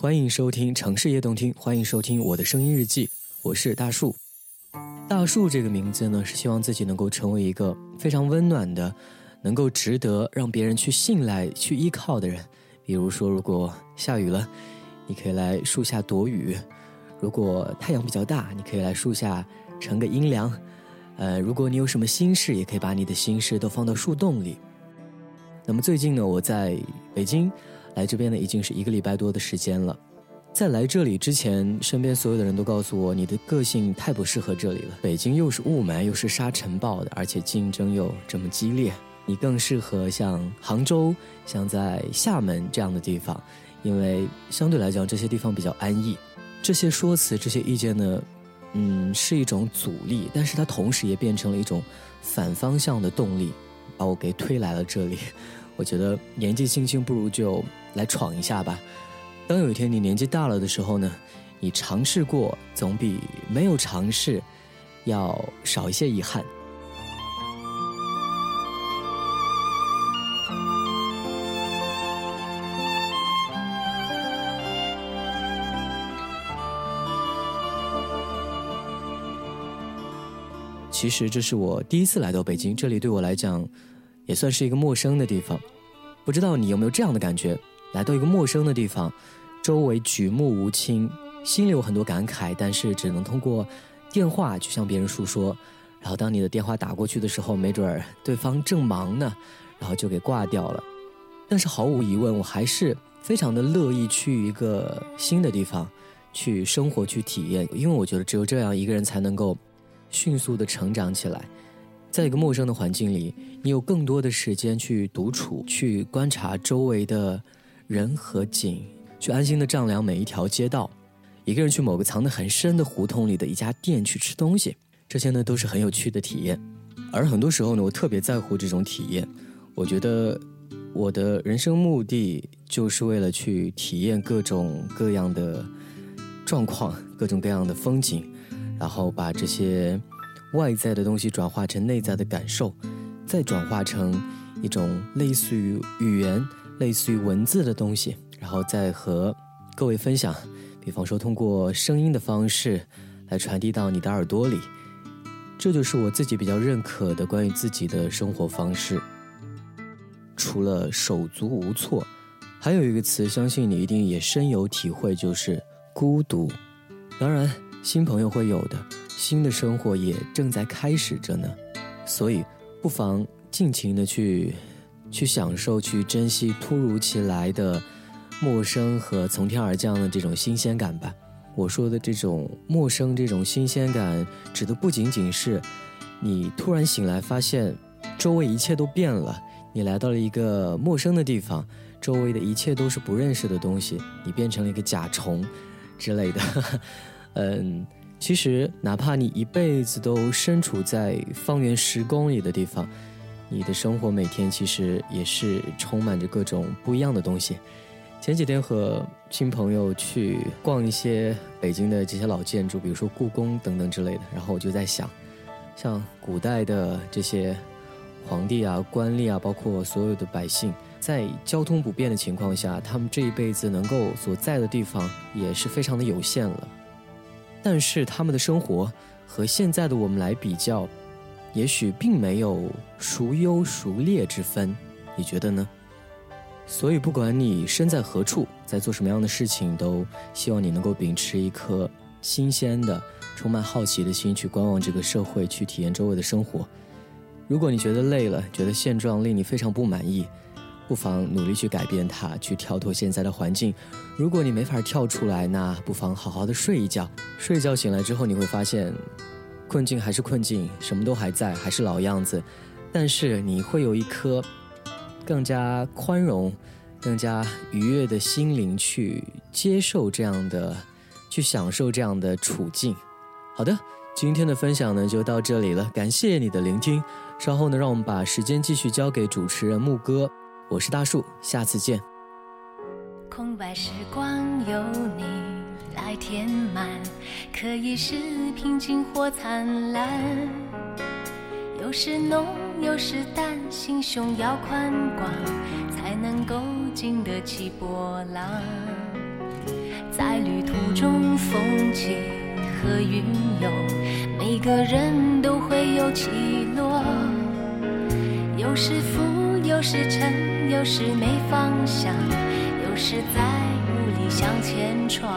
欢迎收听城市夜动听，欢迎收听我的声音日记，我是大树。大树这个名字呢，是希望自己能够成为一个非常温暖的，能够值得让别人去信赖去依靠的人。比如说如果下雨了，你可以来树下躲雨，如果太阳比较大，你可以来树下乘个阴凉。如果你有什么心事，也可以把你的心事都放到树洞里。那么最近呢，我在北京，来这边呢已经是1个礼拜多的时间了。在来这里之前，身边所有的人都告诉我，你的个性太不适合这里了，北京又是雾霾又是沙尘暴的，而且竞争又这么激烈，你更适合像杭州，像在厦门这样的地方，因为相对来讲这些地方比较安逸。这些说辞这些意见呢，是一种阻力，但是它同时也变成了一种反方向的动力，把我给推来了这里。我觉得年纪轻轻不如就来闯一下吧。当有一天你年纪大了的时候呢，你尝试过总比没有尝试要少一些遗憾。其实这是我第一次来到北京，这里对我来讲也算是一个陌生的地方。不知道你有没有这样的感觉，来到一个陌生的地方，周围举目无亲，心里有很多感慨，但是只能通过电话去向别人诉说。然后当你的电话打过去的时候，没准对方正忙呢，然后就给挂掉了。但是毫无疑问，我还是非常的乐意去一个新的地方去生活去体验，因为我觉得只有这样一个人才能够迅速的成长起来。在一个陌生的环境里，你有更多的时间去独处，去观察周围的人和景，去安心的丈量每一条街道，一个人去某个藏得很深的胡同里的一家店去吃东西，这些呢都是很有趣的体验。而很多时候呢，我特别在乎这种体验。我觉得我的人生目的就是为了去体验各种各样的状况，各种各样的风景，然后把这些外在的东西转化成内在的感受，再转化成一种类似于语言、类似于文字的东西，然后再和各位分享，比方说通过声音的方式来传递到你的耳朵里。这就是我自己比较认可的关于自己的生活方式。除了手足无措，还有一个词，相信你一定也深有体会，就是孤独。当然新朋友会有的，新的生活也正在开始着呢，所以不妨尽情的去享受，去珍惜突如其来的陌生和从天而降的这种新鲜感吧。我说的这种陌生，这种新鲜感，指的不仅仅是你突然醒来发现周围一切都变了，你来到了一个陌生的地方，周围的一切都是不认识的东西，你变成了一个甲虫之类的。其实哪怕你一辈子都身处在方圆10公里的地方，你的生活每天其实也是充满着各种不一样的东西。前几天和亲朋友去逛一些北京的这些老建筑，比如说故宫等等之类的，然后我就在想，像古代的这些皇帝啊、官吏啊，包括所有的百姓，在交通不便的情况下，他们这一辈子能够所在的地方也是非常的有限了。但是他们的生活和现在的我们来比较，也许并没有孰优孰劣之分，你觉得呢？所以不管你身在何处，在做什么样的事情，都希望你能够秉持一颗新鲜的、充满好奇的心去观望这个社会，去体验周围的生活。如果你觉得累了，觉得现状令你非常不满意，不妨努力去改变它，去跳脱现在的环境。如果你没法跳出来，那不妨好好的睡一觉。睡一觉醒来之后，你会发现困境还是困境，什么都还在，还是老样子，但是你会有一颗更加宽容、更加愉悦的心灵去接受这样的，去享受这样的处境。好的，今天的分享呢就到这里了，感谢你的聆听。稍后呢，让我们把时间继续交给主持人木哥。我是大树，下次见。 空白时光有你来填满，可以是平静或灿烂，有时浓有时淡，心胸要宽广，才能够经得起波浪。 在旅途中风起和云涌，每个人都会有起落，有时浮，有时沉，有时没方向，有时在无力向前闯。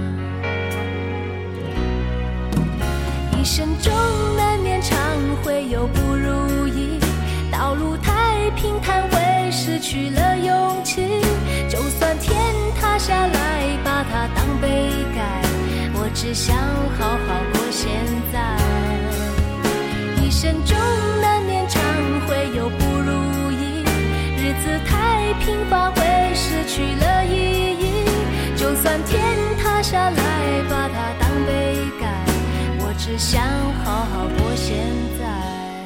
一生中难免常会有不如意，道路太平坦会失去了勇气，就算天塌下来把它当杯盖，我只想好好过现在。一生中难免常会有不如意，日子太平凡会失去了意义，就算天塌下来把它当杯盖，我只想好好过现在。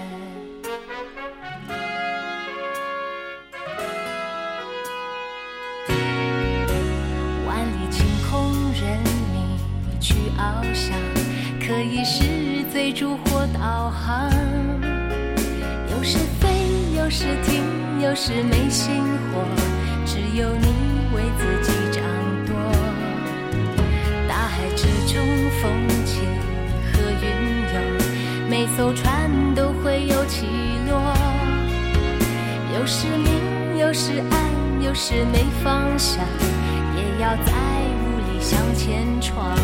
万里晴空任你去翱翔，可以是追逐或导航，有时飞，有时停，有时没心火，只有你为自己掌舵。大海之中风起和云涌，每艘船都会有起落，有时明，有时暗，有时没方向，也要在无力向前闯。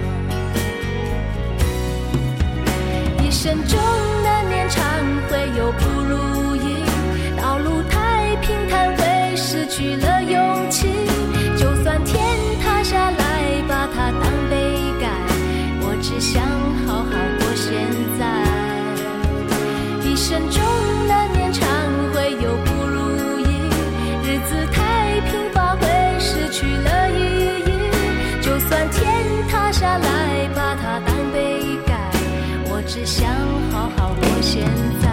一生中难免常会有不如意，道路太平坦会失去了勇气，就算天塌下来把它当杯盖，我只想好好过现在。一生中难免常会有不如意，日子太平凡会失去了意义，就算天塌下来把它当杯盖，我只想好好过现在。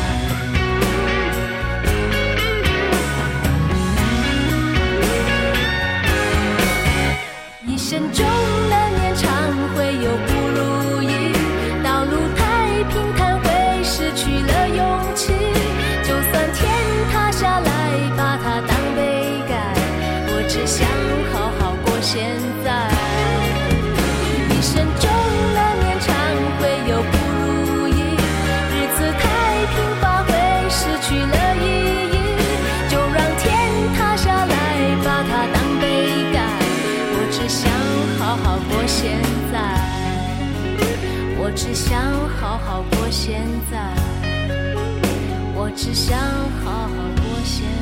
一生中难免常会有不如意，道路太平坦会失去了勇气，就算天塌下来把它当杯盖，我只想好好过现在。一生中难免常会有不如意，日子太平凡会失去了意义，就让天塌下来把它当杯盖，我只想好好过现在，我只想好好过现在，我只想好好过现在。